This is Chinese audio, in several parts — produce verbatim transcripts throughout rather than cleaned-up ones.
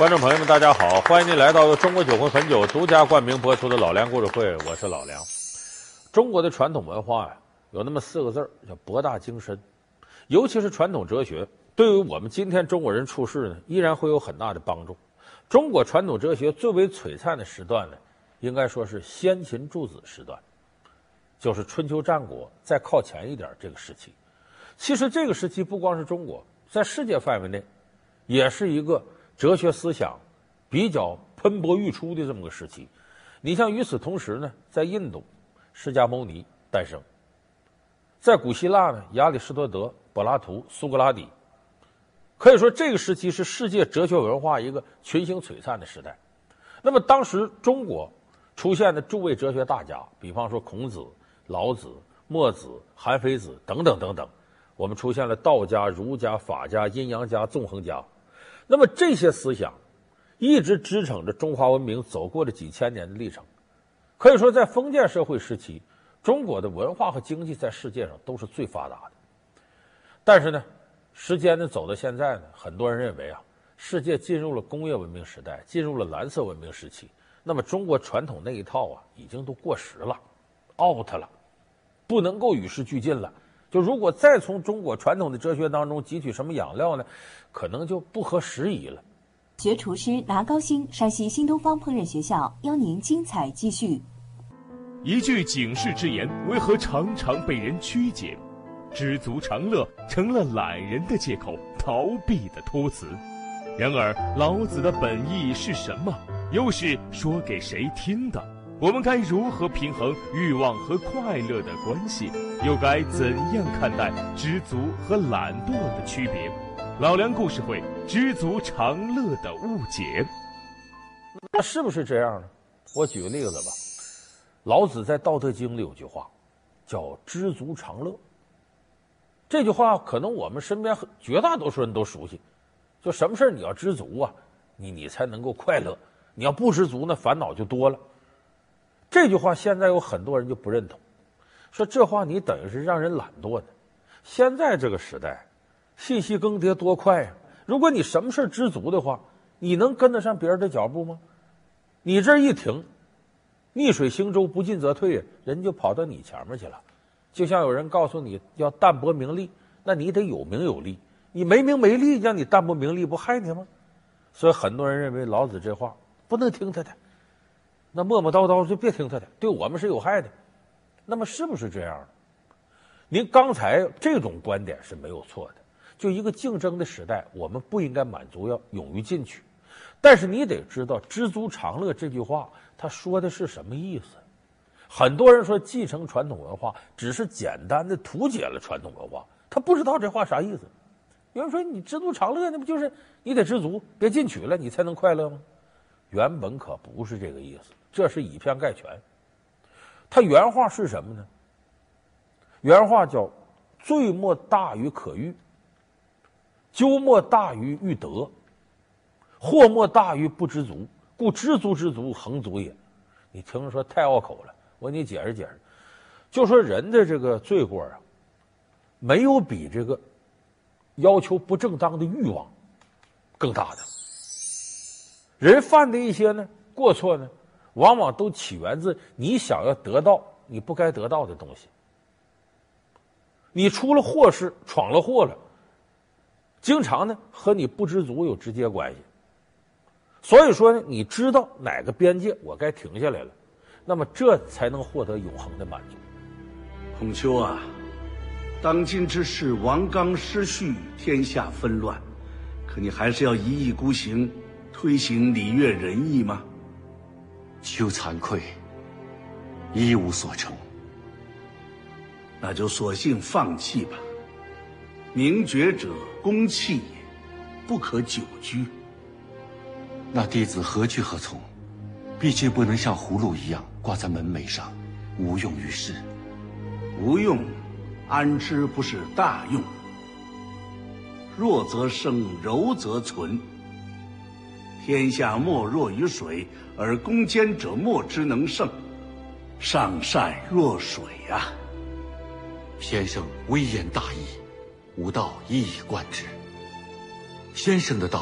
观众朋友们，大家好，欢迎您来到由中国酒魂汾酒独家冠名播出的老梁故事会，我是老梁。中国的传统文化呀，有那么四个字叫博大精深，尤其是传统哲学，对于我们今天中国人处事呢，依然会有很大的帮助。中国传统哲学最为璀璨的时段呢，应该说是先秦诸子时段，就是春秋战国再靠前一点这个时期。其实这个时期不光是中国，在世界范围内，也是一个哲学思想比较喷薄欲出的这么个时期。你像与此同时呢，在印度，释迦牟尼诞生；在古希腊呢，亚里士多德、柏拉图、苏格拉底。可以说，这个时期是世界哲学文化一个群星璀璨的时代。那么，当时中国出现的诸位哲学大家，比方说孔子、老子、墨子、韩非子等等等等，我们出现了道家、儒家、法家、阴阳家、纵横家。那么这些思想一直支撑着中华文明走过了几千年的历程。可以说，在封建社会时期，中国的文化和经济在世界上都是最发达的。但是呢，时间呢走到现在呢，很多人认为啊，世界进入了工业文明时代，进入了蓝色文明时期。那么中国传统那一套啊，已经都过时了 ，out 了，不能够与时俱进了。就如果再从中国传统的哲学当中汲取什么养料呢，可能就不合时宜了。 学厨师拿高薪，山西新东方烹饪学校邀您精彩继续。 一句警示之言，为何常常被人曲解？知足常乐成了懒人的借口，逃避的托词。然而，老子的本意是什么？又是说给谁听的？我们该如何平衡欲望和快乐的关系？又该怎样看待知足和懒惰的区别？老梁故事会，知足常乐的误解。 那是不是这样呢？我举个例子吧。老子在《道德经》里有句话，叫“知足常乐”。这句话可能我们身边绝大多数人都熟悉。就什么事你要知足啊，你你才能够快乐。你要不知足呢，烦恼就多了。这句话现在有很多人就不认同，说这话你等于是让人懒惰的。现在这个时代，信息更迭多快呀！如果你什么事知足的话，你能跟得上别人的脚步吗？你这一停，逆水行舟，不进则退，人就跑到你前面去了。就像有人告诉你要淡泊名利，那你得有名有利，你没名没利，让你淡泊名利，不害你吗？所以很多人认为老子这话不能听他的，那磨磨叨叨就别听他的，对我们是有害的。那么是不是这样的？您刚才这种观点是没有错的。就一个竞争的时代，我们不应该满足，要勇于进取。但是你得知道“知足常乐”这句话，他说的是什么意思？很多人说继承传统文化，只是简单的图解了传统文化，他不知道这话啥意思。有人说你知足常乐，那不就是你得知足，别进取了，你才能快乐吗？原本可不是这个意思，这是以偏概全。他原话是什么呢？原话叫“罪莫大于可欲，咎莫大于欲得，祸莫大于不知足，故知足之足，恒足也。”你听着说太拗口了，我给你解释解释。就说人的这个罪过啊，没有比这个要求不正当的欲望更大的。人犯的一些呢过错呢，往往都起源自你想要得到你不该得到的东西。你出了祸事，闯了祸了，经常呢和你不知足有直接关系。所以说呢，你知道哪个边界我该停下来了，那么这才能获得永恒的满足。 孔丘啊，当今之世，王纲失序，天下纷乱，可你还是要一意孤行，推行礼乐仁义吗？ 羞惭愧，一无所成。 那就索性放弃吧。明觉者，公器也，不可久居。 那弟子何去何从？毕竟不能像葫芦一样挂在门楣上，无用于世。 无用，安知不是大用？弱则生，柔则存。天下莫弱于水，而攻坚者莫之能胜。上善若水啊！ 先生微言大义，吾道一以贯之。先生的道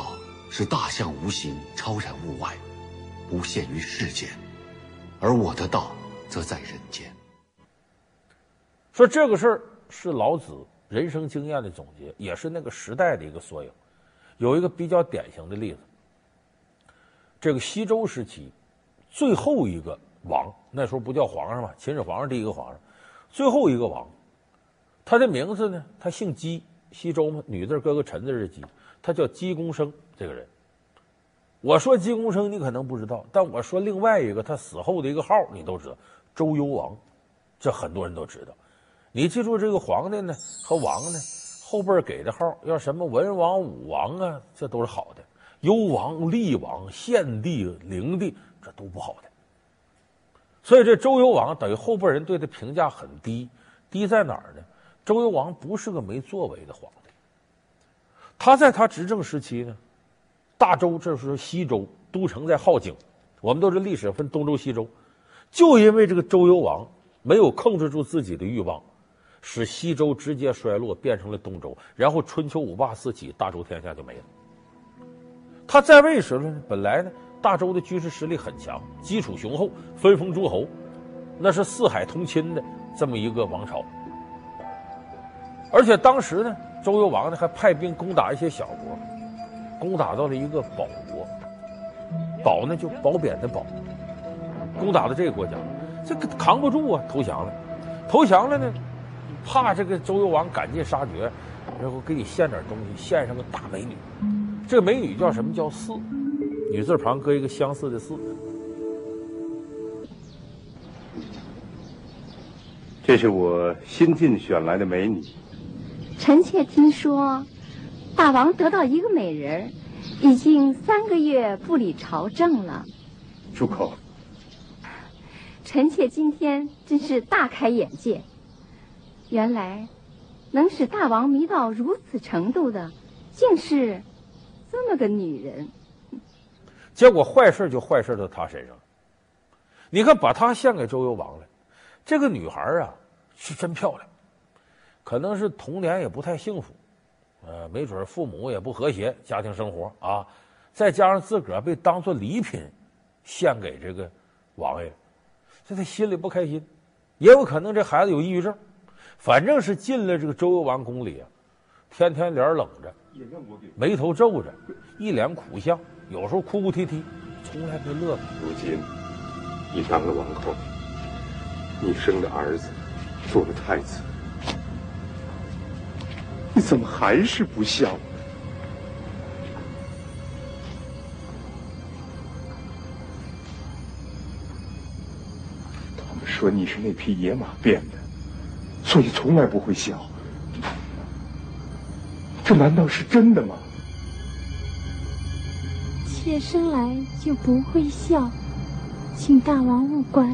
是大象无形，超然物外，不限于世间，而我的道则在人间。 说这个事儿是老子人生经验的总结，也是那个时代的一个缩影。有一个比较典型的例子，这个西周时期最后一个王，那时候不叫皇上嘛，秦始皇上第一个皇上，最后一个王，他的名字呢，他姓姬，西周嘛，女字搁个臣字是姬，他叫姬公生。这个人，我说姬公生你可能不知道，但我说另外一个他死后的一个号你都知道，周幽王，这很多人都知道。你记住这个皇帝呢和王呢后辈给的号要什么文王武王啊，这都是好的，幽王厉王献帝灵帝这都不好的。所以这周幽王等于后辈人对他评价很低，低在哪儿呢？周幽王不是个没作为的皇帝，他在他执政时期呢，大周这时候西周都城在镐京，我们都是历史分东周西周，就因为这个周幽王没有控制住自己的欲望，使西周直接衰落，变成了东周，然后春秋五霸四起，大周天下就没了。他在位时呢，本来呢大周的军事实力很强，基础雄厚，分封诸侯，那是四海同亲的这么一个王朝。而且当时呢，周幽王呢还派兵攻打一些小国，攻打到了一个保国，保呢就保扁的保，攻打到这个国家，这个扛不住啊，投降了。投降了呢，怕这个周幽王赶尽杀绝，然后给你献点东西，献上个大美女。这个美女叫什么？叫四，女字旁搁一个相似的似。 这是我新晋选来的美女。 臣妾听说，大王得到一个美人，已经三个月不理朝政了。 住口！ 臣妾今天真是大开眼界，原来能使大王迷到如此程度的，竟是这么个女人。 结果坏事就坏事到他身上了。你看，把她献给周幽王了，这个女孩啊是真漂亮，可能是童年也不太幸福，呃，没准父母也不和谐，家庭生活啊，再加上自个儿被当作礼品献给这个王爷，这他心里不开心，也有可能这孩子有抑郁症，反正是进了这个周幽王宫里啊，天天脸冷着，眉头皱着，一脸苦相，有时候哭哭啼啼，从来没乐过。 如今你当了王后，你生的儿子做了太子，你怎么还是不孝呢？他们说你是那匹野马变的，所以从来不会孝。这难道是真的吗？ 妾生来就不会孝，请大王勿怪。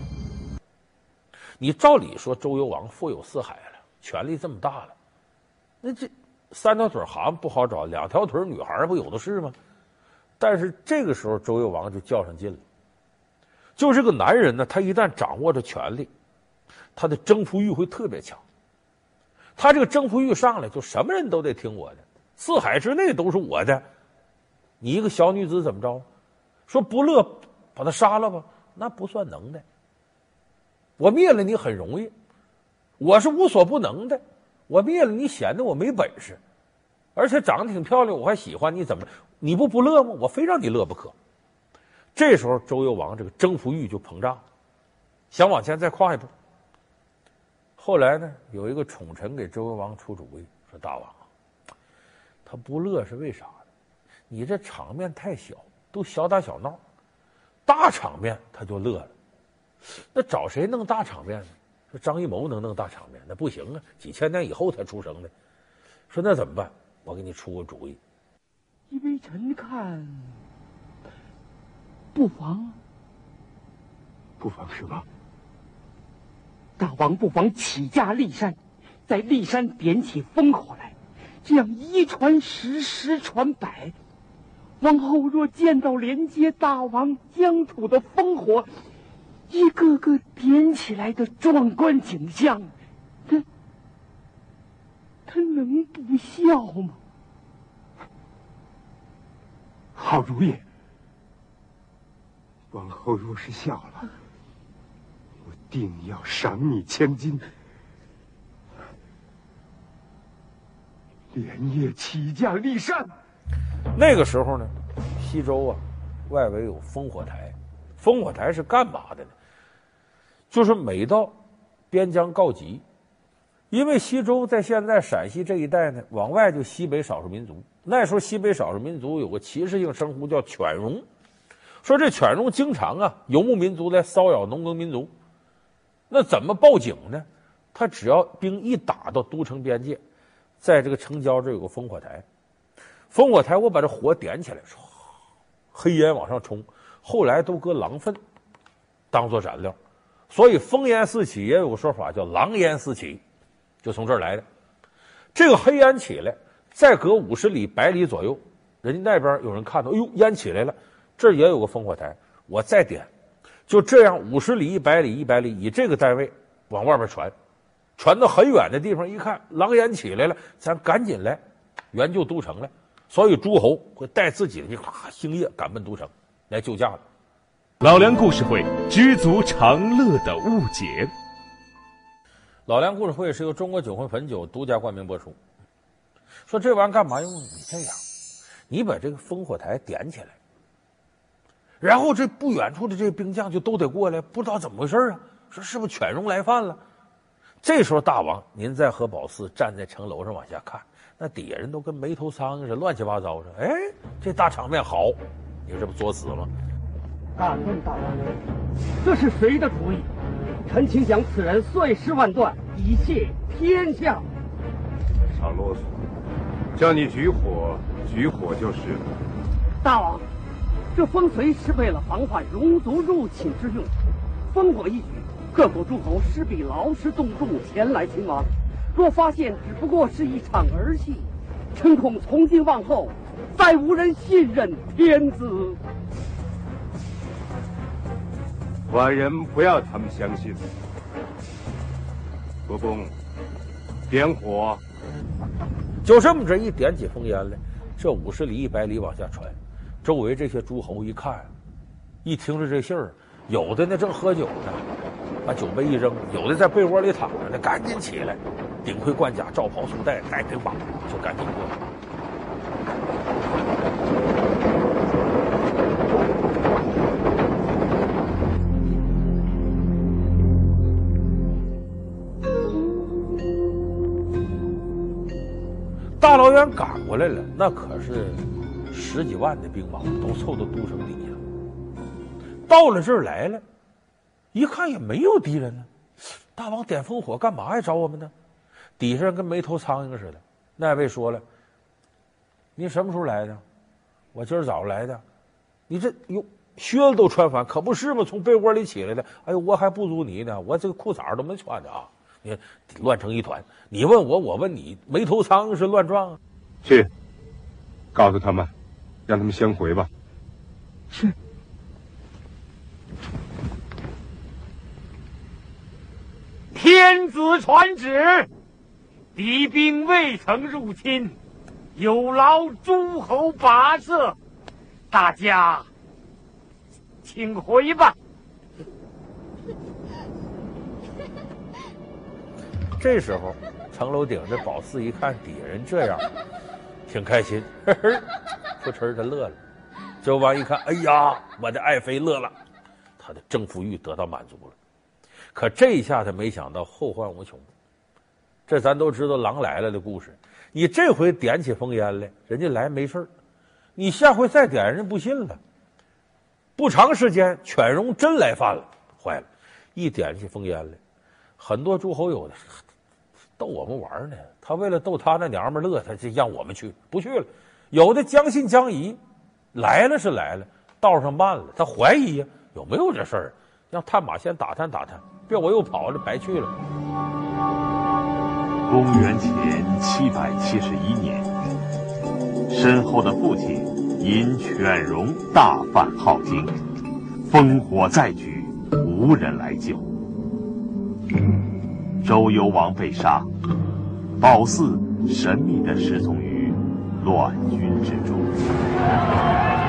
你照理说周幽王富有四海了，权力这么大了，那这三条腿蛤蟆不好找，两条腿女孩不有的是吗？但是这个时候周幽王就较上劲了。就这个男人呢，他一旦掌握着权力，他的征服欲会特别强。他这个征服欲上来，就什么人都得听我的，四海之内都是我的。你一个小女子怎么着？说不乐，把他杀了吧，那不算能耐。我灭了你很容易，我是无所不能的，我灭了你显得我没本事，而且长得挺漂亮，我还喜欢你，怎么你不不乐吗？我非让你乐不可。这时候周幽王这个征服欲就膨胀，想往前再跨一步。后来呢，有一个宠臣给周幽王出主意，说大王，他不乐是为啥呢？你这场面太小，都小打小闹，大场面他就乐了。那找谁弄大场面呢？说张艺谋能弄大场面，那不行啊，几千年以后才出生的。说那怎么办？我给你出个主意。 因为臣看，不妨， 不妨什么？ 大王不妨起驾骊山，在骊山点起烽火来，这样一传十，十传百。王后若见到连接大王疆土的烽火，一个个点起来的壮观景象，他他能不笑吗？ 好主意。王后若是笑了，我定要赏你千金。连夜起驾骊山。 那个时候呢，西周啊，外围有烽火台。烽火台是干嘛的呢？就是每到边疆告急，因为西周在现在陕西这一带呢，往外就西北少数民族。那时候西北少数民族有个歧视性称呼叫犬戎，说这犬戎经常啊游牧民族来骚扰农耕民族。那怎么报警呢？他只要兵一打到都城边界，在这个城郊这有个烽火台，烽火台我把这火点起来，黑烟往上冲，后来都搁狼粪当做燃料，所以烽烟四起也有个说法叫狼烟四起，就从这儿来的。这个黑烟起来，再隔五十里百里左右，人家那边有人看到，哎呦，烟起来了，这儿也有个烽火台，我再点，就这样五十里、一百里、一百里，以这个单位往外边传，传到很远的地方，一看狼烟起来了，咱赶紧来援救都城来。所以诸侯会带自己的啊星夜赶奔都城来救驾的。 老梁故事会知足常乐的误解。 老梁故事会是由中国酒魂汾酒独家冠名播出。说这玩意儿干嘛用？你这样，你把这个烽火台点起来，然后这不远处的这个兵将就都得过来，不知道怎么回事啊？说是不是犬戎来犯了？这时候大王您在和宝寺站在城楼上往下看，那底下人都跟没头苍蝇似的，乱七八糟的。哎，这大场面好，你说这不作死吗？ 敢问大王，这是谁的主意？臣请将此人碎尸万段，以谢天下。 少啰嗦，叫你举火，举火就是。 大王，这烽燧是为了防范戎族入侵之用，烽火一举，各国诸侯势必劳师动众前来勤王。若发现只不过是一场儿戏，臣恐从今往后再无人信任天子。 寡人不要他们相信。国公，点火。 就这么着一点起烽烟来，这五十里一百里往下传，周围这些诸侯一看，一听着这信儿，有的呢正喝酒呢，把酒杯一扔；有的在被窝里躺着呢，赶紧起来，顶盔贯甲，罩袍束带，带平把，就赶紧过来。大老远赶过来了，那可是十几万的兵马都凑到都城底下。到了这儿来了，一看也没有敌人呢。大王点烽火干嘛呀？找我们呢？底下人跟没头苍蝇似的。那位说了：“您什么时候来的？我今儿早上来的。你这哟，靴子都穿反，可不是吗？从被窝里起来的。哎呦，我还不如你呢，我这个裤衩都没穿着啊。”你看乱成一团，你问我，我问你，没头苍蝇是乱撞啊！ 去，告诉他们，让他们先回吧。 是。天子传旨，敌兵未曾入侵，有劳诸侯跋涉，大家请回吧。 这时候，城楼顶这宝四一看底下人这样，挺开心，呵呵，扑哧他乐了。周王一看，哎呀，我的爱妃乐了，他的征服欲得到满足了。可这一下他没想到后患无穷。这咱都知道狼来了的故事，你这回点起烽烟来，人家来没事儿，你下回再点，人家不信了。不长时间，犬戎真来犯了，坏了，一点起烽烟来，很多诸侯有的逗我们玩呢，他为了逗他那娘们乐，他就让我们去，不去了。有的将信将疑，来了是来了，道上慢了，他怀疑呀，有没有这事儿？让探马先打探打探，别我又跑了，白去了。 公元前七百七十一年，身后的父亲因犬戎大犯镐京，烽火再举，无人来救。周幽王被杀，宝四神秘地失踪于乱军之中。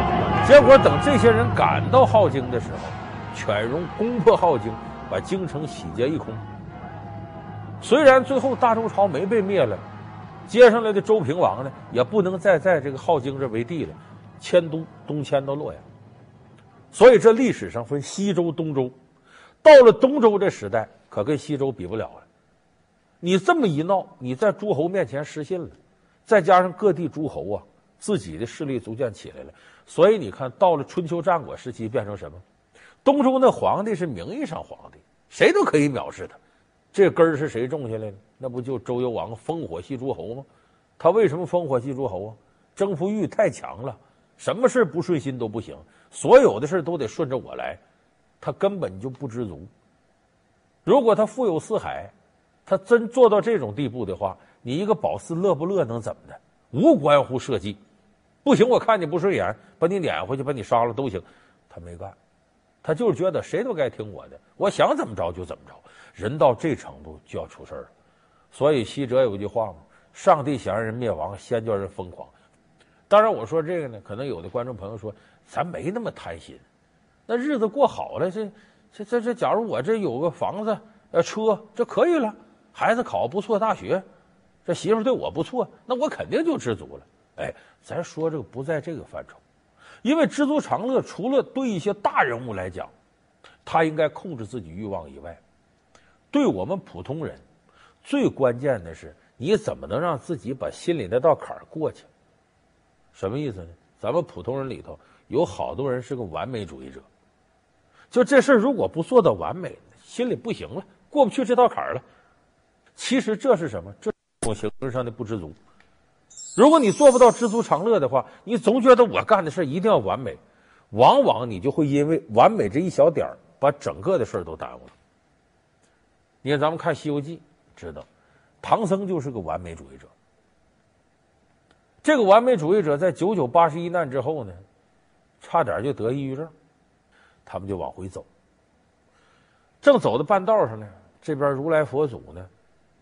结果等这些人赶到镐京的时候，犬戎攻破镐京，把京城洗劫一空。虽然最后大周朝没被灭了，接上来的周平王呢，也不能再在这个镐京这为帝了，迁都东迁到洛阳。所以这历史上分西周、东周，到了东周这时代，可跟西周比不了了。你这么一闹，你在诸侯面前失信了，再加上各地诸侯啊，自己的势力逐渐起来了，所以你看到了春秋战国时期变成什么？东周那皇帝是名义上皇帝，谁都可以藐视他。这根儿是谁种下来的？那不就周幽王烽火戏诸侯吗？他为什么烽火戏诸侯啊？征服欲太强了，什么事不顺心都不行，所有的事都得顺着我来，他根本就不知足。如果他富有四海，他真做到这种地步的话，你一个褒姒乐不乐能怎么的？无关乎社稷，不行，我看你不顺眼，把你撵回去，把你杀了都行。他没干，他就是觉得谁都该听我的，我想怎么着就怎么着。人到这程度就要出事了。所以西哲有句话嘛，上帝想让人灭亡，先叫人疯狂。当然我说这个呢，可能有的观众朋友说咱没那么贪心，那日子过好了，这这这这假如我这有个房子呃车，这可以了，孩子考不错大学，这媳妇对我不错，那我肯定就知足了。哎，咱说这个不在这个范畴，因为知足常乐除了对一些大人物来讲他应该控制自己欲望以外，对我们普通人最关键的是你怎么能让自己把心里那道坎儿过去。什么意思呢？咱们普通人里头有好多人是个完美主义者，就这事如果不做到完美，心里不行了，过不去这道坎儿了。其实这是什么？这是一种形式上的不知足。如果你做不到知足常乐的话，你总觉得我干的事一定要完美，往往你就会因为完美这一小点把整个的事都耽误了。你看咱们看《西游记》知道，唐僧就是个完美主义者。这个完美主义者在九九八十一难之后呢，差点就得抑郁症，他们就往回走。正走到半道上呢，这边如来佛祖呢，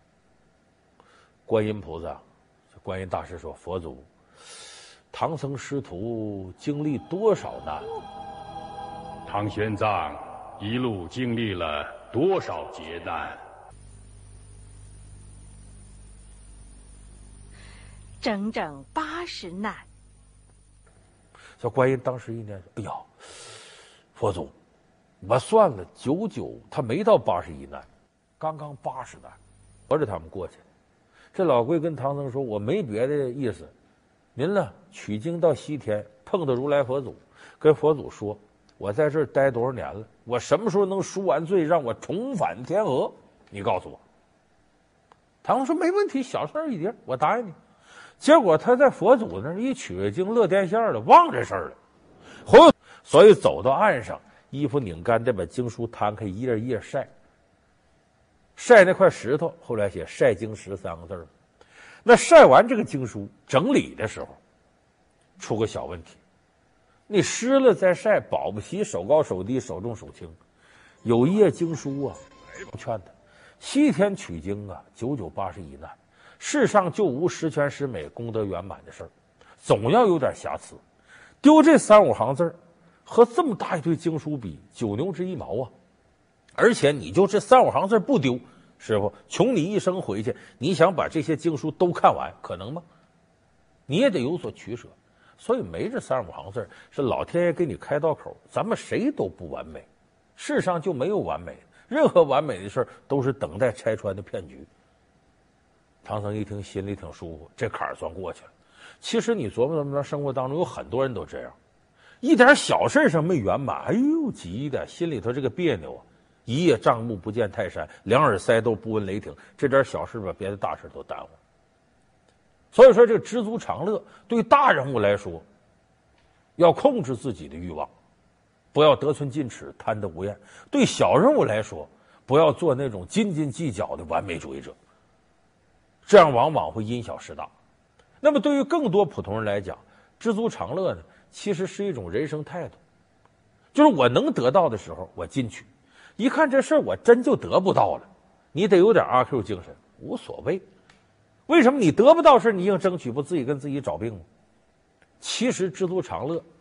观音菩萨，观音大师说：“佛祖，唐僧师徒经历多少难？ 唐玄奘一路经历了多少劫难？” 整整八十难。 小观音当时一念：“哎呀，佛祖，我算了九九，他没到八十一难，刚刚八十难，活着他们过去。”这老龟跟唐僧说：“我没别的意思，您呢取经到西天，碰到如来佛祖，跟佛祖说，我在这儿待多少年了，我什么时候能赎完罪，让我重返天河？你告诉我。”唐僧说：“没问题，小事儿一点，我答应你。”结果他在佛祖那儿一取经乐天线了，忘这事儿了。回，所以走到岸上，衣服拧干，得把经书摊开，一页一页晒。晒那块石头，后来写“晒经石”三个字儿。那晒完这个经书，整理的时候，出个小问题。你湿了再晒，保不齐手高手低，手重手轻。有一页经书啊，劝他西天取经啊，九九八十一难。世上就无十全十美、功德圆满的事儿，总要有点瑕疵。丢这三五行字儿，和这么大一堆经书比，九牛之一毛啊！而且你就这三五行字不丢，师傅，穷你一生回去，你想把这些经书都看完，可能吗？你也得有所取舍。所以没这三五行字是老天爷给你开道口，咱们谁都不完美，世上就没有完美，任何完美的事儿都是等待拆穿的骗局。唐僧一听心里挺舒服，这坎儿算过去了。其实你琢磨琢磨，生活当中有很多人都这样，一点小事上没圆满，哎呦急的，心里头这个别扭啊！一叶障目不见泰山，两耳塞豆不闻雷霆，这点小事把别的大事都耽误。所以说，这个知足常乐对大人物来说，要控制自己的欲望，不要得寸进尺、贪得无厌；对小人物来说，不要做那种斤斤计较的完美主义者。这样往往会因小失大。那么对于更多普通人来讲，知足常乐呢，其实是一种人生态度，就是我能得到的时候我进去，一看这事儿我真就得不到了，你得有点阿 Q 精神，无所谓。为什么你得不到事你硬争取，不自己跟自己找病吗？其实知足常乐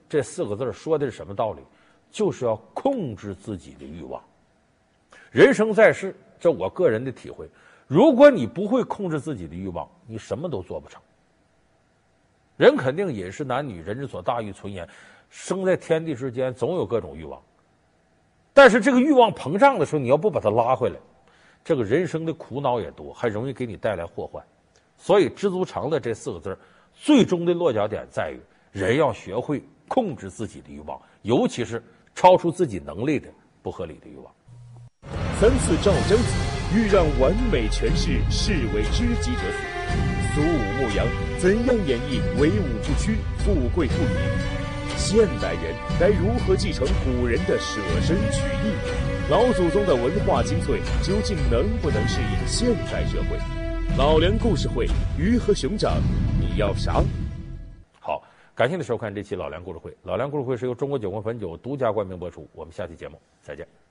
这四个字说的是什么道理？就是要控制自己的欲望。人生在世，这我个人的体会，如果你不会控制自己的欲望，你什么都做不成。人肯定饮食男女，人之所大欲存焉，生在天地之间，总有各种欲望。但是这个欲望膨胀的时候，你要不把它拉回来，这个人生的苦恼也多，还容易给你带来祸患。所以知足常乐这四个字最终的落脚点在于人要学会控制自己的欲望，尤其是超出自己能力的不合理的欲望。 三次赵将子欲让完美诠释士为知己者死，苏武牧羊怎样演绎唯武不屈、富贵不移？现代人该如何继承古人的舍身取义？老祖宗的文化精粹究竟能不能适应现代社会？老梁故事会，鱼和熊掌，你要啥？ 好，感谢您收看这期老梁故事会。老梁故事会是由中国酒国汾酒独家冠名播出，我们下期节目再见。